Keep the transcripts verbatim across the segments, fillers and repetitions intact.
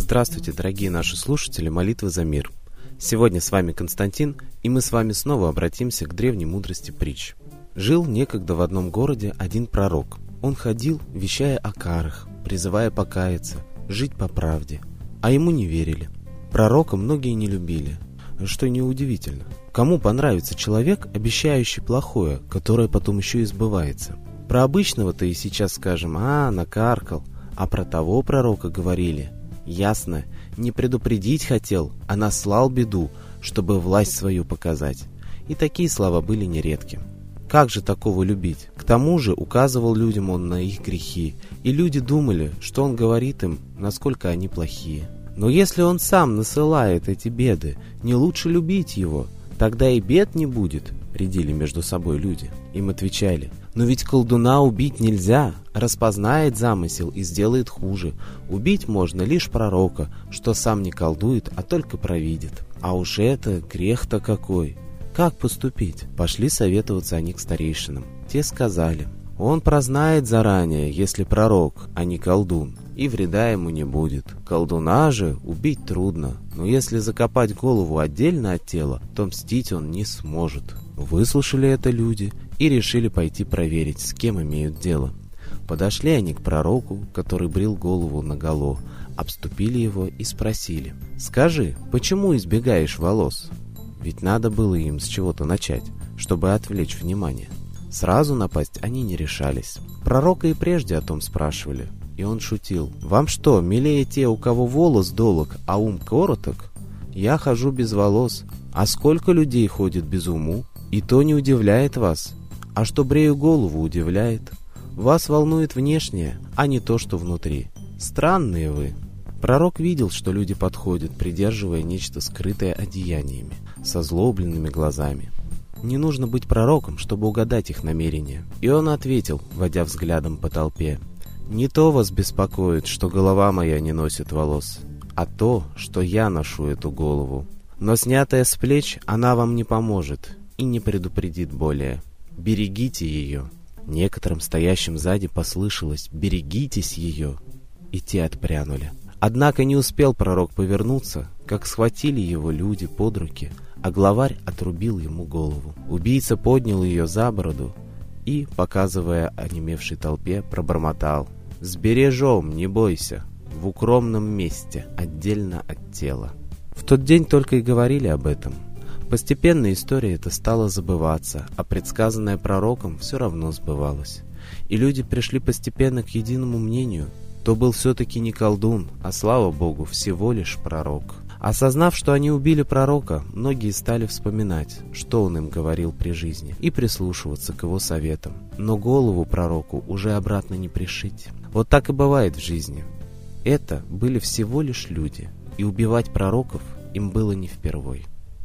Здравствуйте, дорогие наши слушатели молитвы за мир. Сегодня с вами Константин, и мы с вами снова обратимся к древней мудрости притч. Жил некогда в одном городе один пророк. Он ходил, вещая о карах, призывая покаяться, жить по правде. А ему не верили. Пророка многие не любили, что неудивительно. Кому понравится человек, обещающий плохое, которое потом еще и сбывается? Про обычного-то и сейчас скажем: а, накаркал. А про того пророка говорили: ясно, не предупредить хотел, а наслал беду, чтобы власть свою показать. И такие слова были нередки. Как же такого любить? К тому же указывал людям он на их грехи, и люди думали, что он говорит им, насколько они плохие. Но если он сам насылает эти беды, не лучше любить его? Тогда и бед не будет, рядили между собой люди. Им отвечали: но ведь колдуна убить нельзя, распознает замысел и сделает хуже. Убить можно лишь пророка, что сам не колдует, а только провидит. А уж это грех-то какой! Как поступить? Пошли советоваться они к старейшинам. Те сказали: он прознает заранее, если пророк, а не колдун, и вреда ему не будет. Колдуна же убить трудно, но если закопать голову отдельно от тела, то мстить он не сможет. Выслушали это люди и решили пойти проверить, с кем имеют дело. Подошли они к пророку, который брил голову наголо, обступили его и спросили: скажи, почему избегаешь волос? Ведь надо было им с чего-то начать, чтобы отвлечь внимание. Сразу напасть они не решались. Пророка и прежде о том спрашивали, и он шутил: вам что, милее те, у кого волос долог, а ум короток? Я хожу без волос, а сколько людей ходит без уму? И то не удивляет вас. А что брею голову, удивляет. Вас волнует внешнее, а не то, что внутри. Странные вы. Пророк видел, что люди подходят, придерживая нечто скрытое одеяниями, со злобленными глазами. Не нужно быть пророком, чтобы угадать их намерения. И он ответил, водя взглядом по толпе: не то вас беспокоит, что голова моя не носит волос, а то, что я ношу эту голову. Но снятая с плеч, она вам не поможет и не предупредит более. Берегите ее. Некоторым стоящим сзади послышалось: берегитесь ее. И те отпрянули. Однако не успел пророк повернуться, как схватили его люди под руки, а главарь отрубил ему голову. Убийца поднял ее за бороду и, показывая онемевшей толпе, пробормотал: «Сбережем, не бойся, в укромном месте, отдельно от тела». В тот день только и говорили об этом. Постепенно история эта стала забываться, а предсказанное пророком все равно сбывалось. И люди пришли постепенно к единому мнению: то был все-таки не колдун, а, слава богу, всего лишь пророк. Осознав, что они убили пророка, многие стали вспоминать, что он им говорил при жизни, и прислушиваться к его советам. Но голову пророку уже обратно не пришить. Вот так и бывает в жизни. Это были всего лишь люди, и убивать пророков им было не впервой.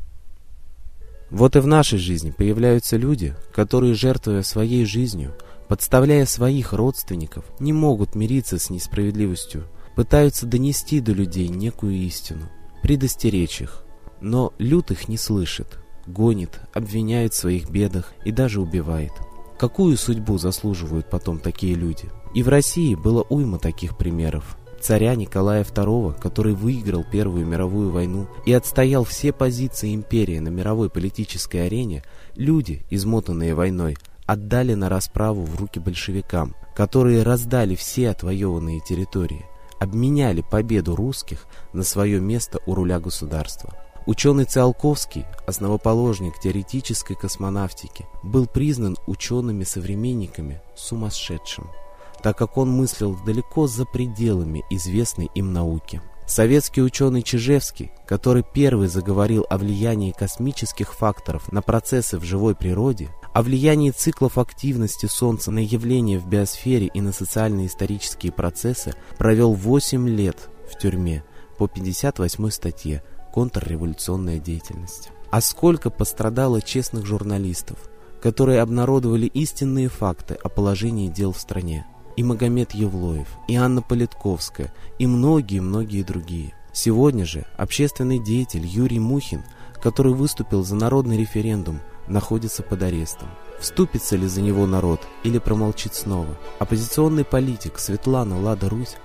Вот и в нашей жизни появляются люди, которые, жертвуя своей жизнью, подставляя своих родственников, не могут мириться с несправедливостью, пытаются донести до людей некую истину, предостеречь их, но люд их не слышит, гонит, обвиняет в своих бедах и даже убивает. Какую судьбу заслуживают потом такие люди? И в России было уйма таких примеров. Царя Николая второго, который выиграл Первую мировую войну и отстоял все позиции империи на мировой политической арене, люди, измотанные войной, отдали на расправу в руки большевикам, которые раздали все отвоеванные территории, обменяли победу русских на свое место у руля государства. Ученый Циолковский, основоположник теоретической космонавтики, был признан учеными-современниками сумасшедшим, так как он мыслил далеко за пределами известной им науки. Советский ученый Чижевский, который первый заговорил о влиянии космических факторов на процессы в живой природе, о влиянии циклов активности Солнца на явления в биосфере и на социально-исторические процессы, провел восемь лет в тюрьме по пятьдесят восьмой статье «Контрреволюционная деятельность». А сколько пострадало честных журналистов, которые обнародовали истинные факты о положении дел в стране. И Магомед Евлоев, и Анна Политковская, и многие-многие другие. Сегодня же общественный деятель Юрий Мухин, который выступил за народный референдум, находится под арестом. Вступится ли за него народ или промолчит снова? Оппозиционный политик Светлана Лада Русь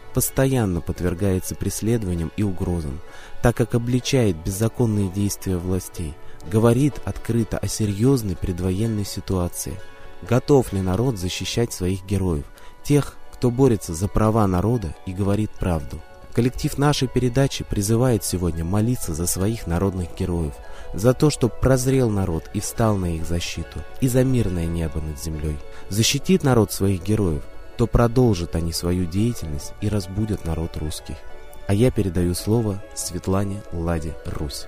постоянно подвергается преследованиям и угрозам, так как обличает беззаконные действия властей, говорит открыто о серьезной предвоенной ситуации. Готов ли народ защищать своих героев, тех, кто борется за права народа и говорит правду? Коллектив нашей передачи призывает сегодня молиться за своих народных героев, за то, чтобы прозрел народ и встал на их защиту, и за мирное небо над землей. Защитит народ своих героев, то продолжат они свою деятельность и разбудят народ русский. А я передаю слово Светлане Ладе Русь.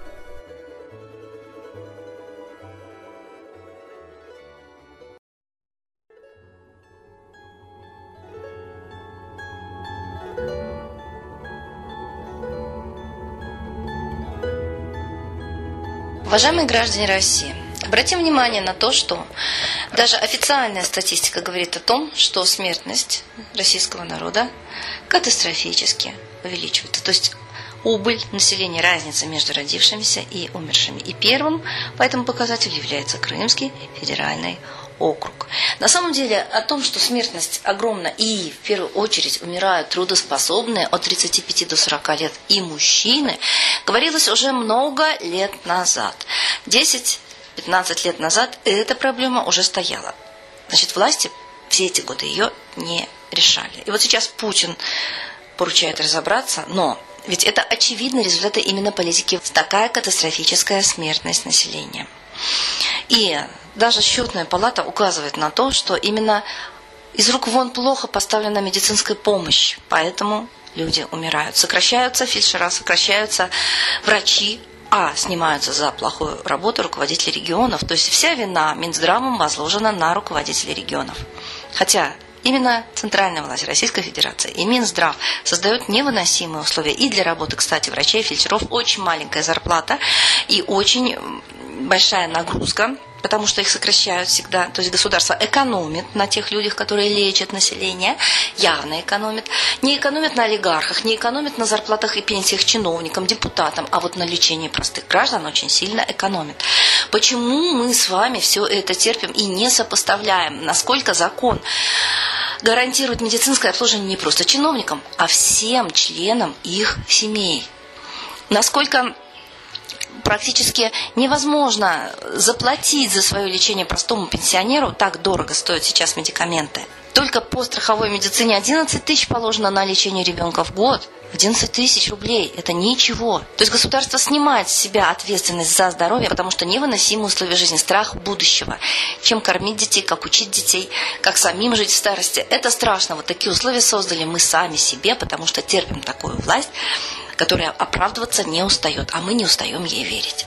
Уважаемые граждане России, обратим внимание на то, что даже официальная статистика говорит о том, что смертность российского народа катастрофически увеличивается. То есть убыль населения, разница между родившимися и умершими. И первым по этому показателю является Крымский федеральный округ. На самом деле о том, что смертность огромна и в первую очередь умирают трудоспособные от тридцати пяти до сорока лет и мужчины, говорилось уже много лет назад. десять-пятнадцать лет назад эта проблема уже стояла. Значит, власти все эти годы ее не решали. И вот сейчас Путин поручает разобраться, но ведь это очевидный результат именно политики. Такая катастрофическая смертность населения. И даже Счетная палата указывает на то, что именно из рук вон плохо поставлена медицинская помощь, поэтому люди умирают. Сокращаются фельдшера, сокращаются врачи, а снимаются за плохую работу руководители регионов. То есть вся вина Минздравом возложена на руководителей регионов. Хотя именно центральная власть Российской Федерации и Минздрав создают невыносимые условия и для работы, кстати, врачей, фельдшеров. Очень маленькая зарплата и очень большая нагрузка, потому что их сокращают всегда. То есть государство экономит на тех людях, которые лечат население, явно экономит. Не экономит на олигархах, не экономит на зарплатах и пенсиях чиновникам, депутатам, а вот на лечении простых граждан очень сильно экономит. Почему мы с вами все это терпим и не сопоставляем, насколько закон гарантирует медицинское обслуживание не просто чиновникам, а всем членам их семей? Насколько практически невозможно заплатить за свое лечение простому пенсионеру, так дорого стоят сейчас медикаменты. Только по страховой медицине одиннадцать тысяч положено на лечение ребенка в год. одиннадцать тысяч рублей – это ничего. То есть государство снимает с себя ответственность за здоровье, потому что невыносимые условия жизни, страх будущего. Чем кормить детей, как учить детей, как самим жить в старости. Это страшно. Вот такие условия создали мы сами себе, потому что терпим такую власть, которая оправдываться не устает, а мы не устаем ей верить.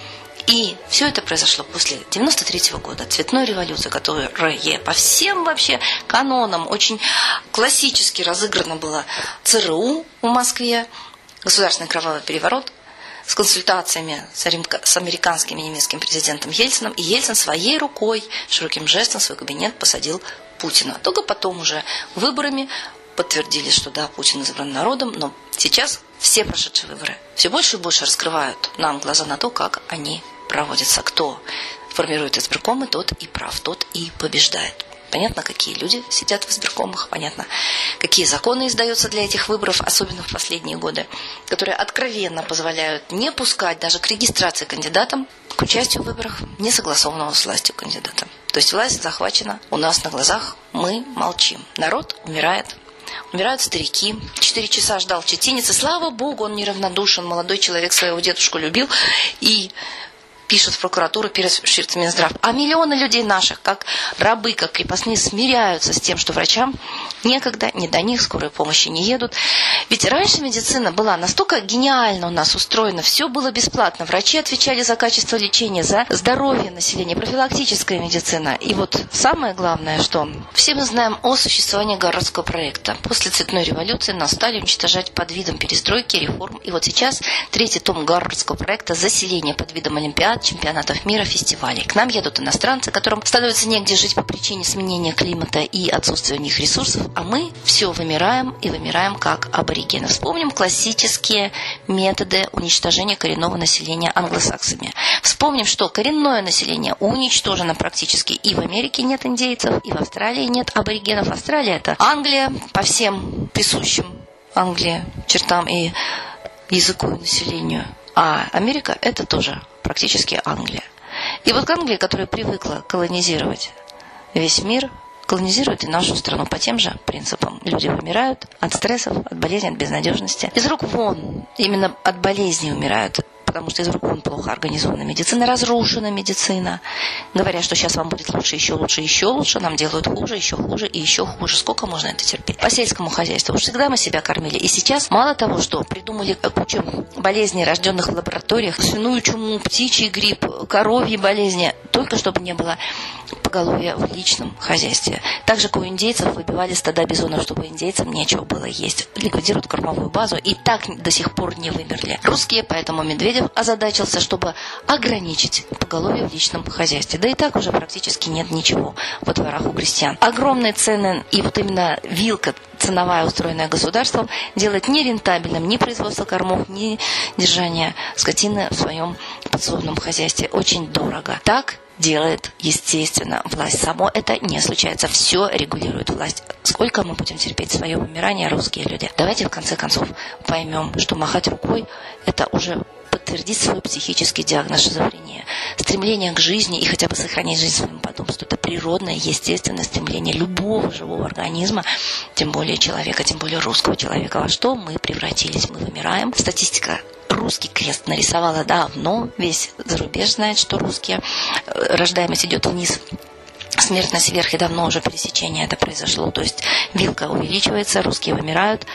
И все это произошло после девяносто третьего года, цветной революции, которая по всем вообще канонам очень классически разыграна была ЦРУ в Москве, государственный кровавый переворот с консультациями с американским и немецким президентом Ельцином. И Ельцин своей рукой, широким жестом в свой кабинет посадил Путина. Только потом уже выборами подтвердили, что да, Путин избран народом, но сейчас все прошедшие выборы все больше и больше раскрывают нам глаза на то, как они проводятся. Кто формирует избиркомы, тот и прав, тот и побеждает. Понятно, какие люди сидят в избиркомах, понятно, какие законы издаются для этих выборов, особенно в последние годы, которые откровенно позволяют не пускать даже к регистрации кандидатам к участию в выборах не согласованного с властью кандидата. То есть власть захвачена у нас на глазах, мы молчим. Народ умирает. Умирают старики. Четыре часа ждал в Читинице. Слава Богу, он неравнодушен. Молодой человек своего дедушку любил. И пишут в прокуратуру, пишет в Минздрав. А миллионы людей наших, как рабы, как крепостные, смиряются с тем, что врачам некогда, не до них, скорой помощи не едут. Ведь раньше медицина была настолько гениально у нас устроена, все было бесплатно. Врачи отвечали за качество лечения, за здоровье населения, профилактическая медицина. И вот самое главное, что все мы знаем о существовании Гарвардского проекта. После цветной революции нас стали уничтожать под видом перестройки, реформ. И вот сейчас третий том Гарвардского проекта «Заселение под видом олимпиад, чемпионатов мира, фестивалей». К нам едут иностранцы, которым становится негде жить по причине сменения климата и отсутствия у них ресурсов, а мы все вымираем и вымираем как аборигены. Вспомним классические методы уничтожения коренного населения англосаксами. Вспомним, что коренное население уничтожено практически. И в Америке нет индейцев, и в Австралии нет аборигенов. Австралия – это Англия по всем присущим Англии чертам и языку и населению. А Америка – это тоже практически Англия. И вот Англия, которая привыкла колонизировать весь мир, колонизирует и нашу страну по тем же принципам. Люди вымирают от стрессов, от болезней, от безнадежности. Из рук вон, именно от болезней умирают, потому что из рук вон плохо организована медицина, разрушена медицина. Говорят, что сейчас вам будет лучше, еще лучше, еще лучше, нам делают хуже, еще хуже и еще хуже. Сколько можно это терпеть? По сельскому хозяйству. Уж всегда мы себя кормили. И сейчас мало того, что придумали кучу болезней, рожденных в лабораториях, свиную чуму, птичий грипп, коровьи болезни, только чтобы не было поголовья в личном хозяйстве. Так же, как у индейцев выбивали стада бизонов, чтобы индейцам нечего было есть. Ликвидируют кормовую базу и так до сих пор не вымерли. Русские, поэтому Медведев озадачился, чтобы ограничить поголовье в личном хозяйстве. Да и так уже практически нет ничего во дворах у крестьян. Огромные цены и вот именно вилка ценовая, устроенная государством, делает нерентабельным ни производство кормов, ни держание скотины в своем подсобном хозяйстве. Очень дорого. Так делает, естественно, власть. Само это не случается. Все регулирует власть. Сколько мы будем терпеть свое вымирание, русские люди? Давайте в конце концов поймем, что махать рукой – это уже подтвердить свой психический диагноз шизофрения. Стремление к жизни и хотя бы сохранить жизнь своему потомству – это природное, естественное стремление любого живого организма, тем более человека, тем более русского человека. Во что мы превратились? Мы вымираем. Статистика русский крест нарисовала давно. Весь зарубеж знает, что русские. Рождаемость идет вниз. Смертность вверх, и давно уже пересечение это произошло. То есть вилка увеличивается, русские вымирают.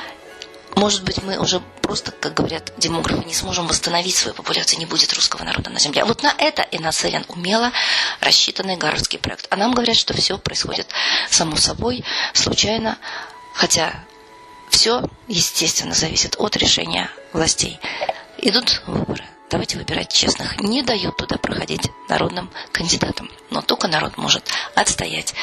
Может быть, мы уже просто, как говорят демографы, не сможем восстановить свою популяцию, не будет русского народа на земле. А вот на это и нацелен умело рассчитанный гарвардский проект. А нам говорят, что все происходит само собой, случайно, хотя все, естественно, зависит от решения властей. Идут выборы. Давайте выбирать честных. Не дают туда проходить народным кандидатам. Но только народ может отстоять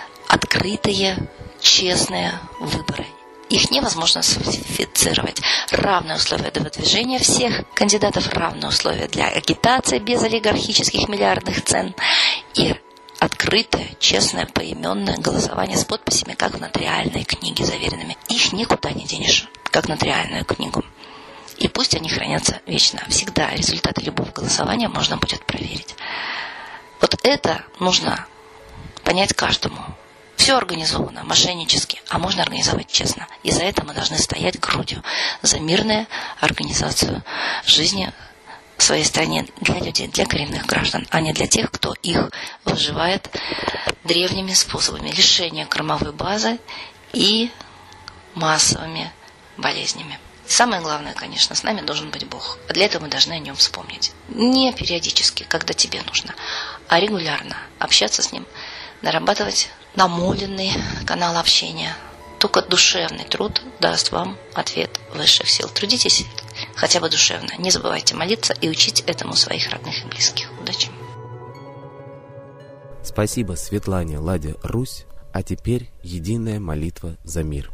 открытые, честные выборы. Их невозможно сфальсифицировать. Равные условия для выдвижения всех кандидатов, равные условия для агитации без олигархических миллиардных цен и открытое, честное, поименное голосование с подписями, как в нотариальной книге заверенными. Их никуда не денешь, как нотариальную книгу. И пусть они хранятся вечно. Всегда результаты любого голосования можно будет проверить. Вот это нужно понять каждому. Все организовано мошеннически, а можно организовать честно. И за это мы должны стоять грудью за мирную организацию жизни в своей стране для людей, для коренных граждан, а не для тех, кто их выживает древними способами лишения кормовой базы и массовыми болезнями. Самое главное, конечно, с нами должен быть Бог. А для этого мы должны о нем вспомнить. Не периодически, когда тебе нужно, а регулярно общаться с ним, нарабатывать намоленный канал общения. Только душевный труд даст вам ответ высших сил. Трудитесь хотя бы душевно. Не забывайте молиться и учить этому своих родных и близких. Удачи! Спасибо Светлане Ладе Русь. А теперь единая молитва за мир.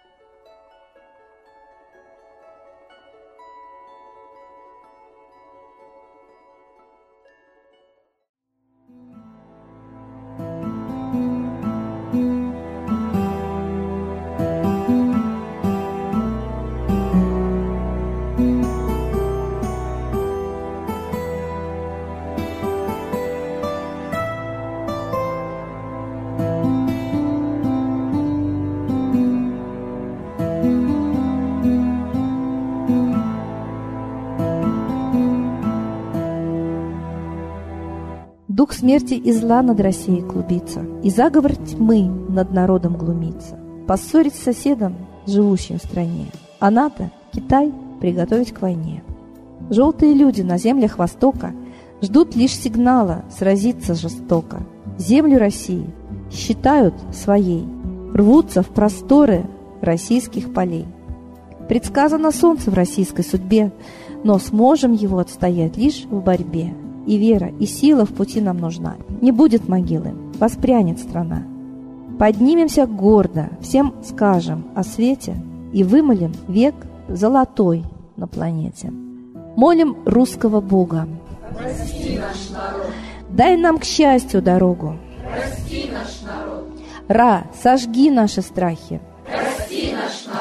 Дух смерти и зла над Россией клубится, и заговор тьмы над народом глумится. Поссорить с соседом, живущим в стране, а НАТО, Китай, приготовить к войне. Желтые люди на землях Востока ждут лишь сигнала сразиться жестоко. Землю России считают своей, рвутся в просторы российских полей. Предсказано солнце в российской судьбе, но сможем его отстоять лишь в борьбе. И вера, и сила в пути нам нужна. Не будет могилы, воспрянет страна. Поднимемся гордо, всем скажем о свете и вымолим век золотой на планете. Молим русского Бога. Прости наш народ. Дай нам к счастью дорогу. Прости наш народ. Ра, сожги наши страхи. Прости наш народ.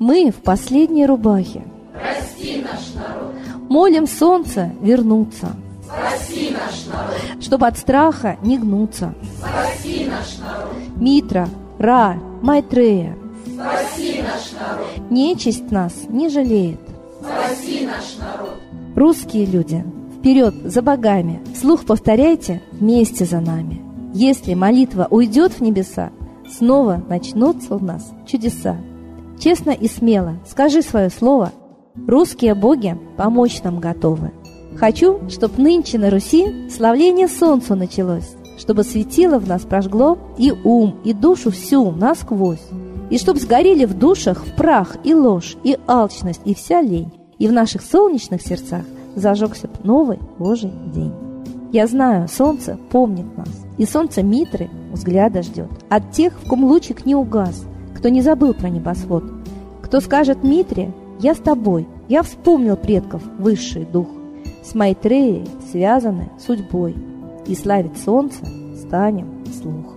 Мы в последней рубахе. Прости наш народ. Молим солнце вернуться. Спаси наш народ. Чтоб от страха не гнуться. Спаси наш народ. Митра, Ра, Майтрея. Спаси наш народ. Нечисть нас не жалеет. Спаси наш народ. Русские люди, вперед за богами. Вслух повторяйте вместе за нами. Если молитва уйдет в небеса, снова начнутся у нас чудеса. Честно и смело скажи свое слово. Русские боги помочь нам готовы. Хочу, чтоб нынче на Руси славление солнцу началось, чтобы светило в нас прожгло и ум, и душу всю насквозь, и чтоб сгорели в душах в прах и ложь, и алчность, и вся лень, и в наших солнечных сердцах зажегся б новый Божий день. Я знаю, солнце помнит нас, и солнце Митры взгляда ждет от тех, в ком лучик не угас, кто не забыл про небосвод, кто скажет Митре: «Я с тобой, я вспомнил предков высший дух». С Майтреей связаны судьбой, и славить солнце станем вслух.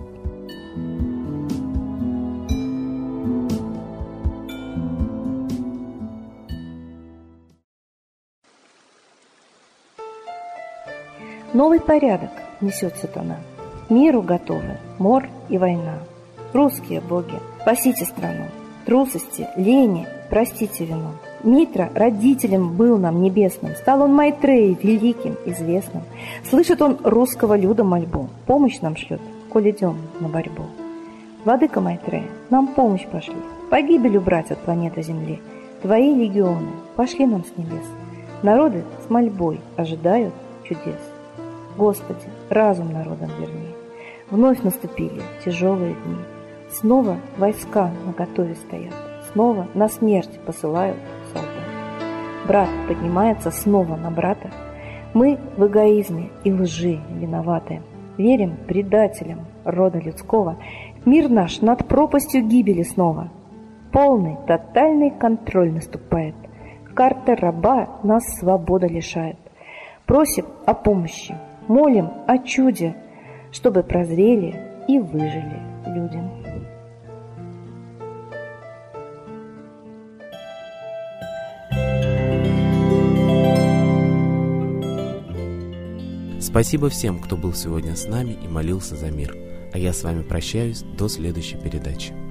Новый порядок несет сатана. Миру готовы мор и война. Русские боги, спасите страну. Трусости, лени, простите вину. Митра родителем был нам небесным, стал он Майтреей великим, известным. Слышит он русского люда мольбу, помощь нам шлет, коль идем на борьбу. Владыка Майтрея, нам помощь пошли, погибель убрать от планеты Земли. Твои легионы пошли нам с небес, народы с мольбой ожидают чудес. Господи, разум народам верни. Вновь наступили тяжелые дни, снова войска наготове стоят, снова на смерть посылают солдат. Брат поднимается снова на брата. Мы в эгоизме и лжи виноваты. Верим предателям рода людского. Мир наш над пропастью гибели снова. Полный, тотальный контроль наступает. Карта раба нас свобода лишает. Просим о помощи, молим о чуде, чтобы прозрели и выжили люди. Спасибо всем, кто был сегодня с нами и молился за мир. А я с вами прощаюсь до следующей передачи.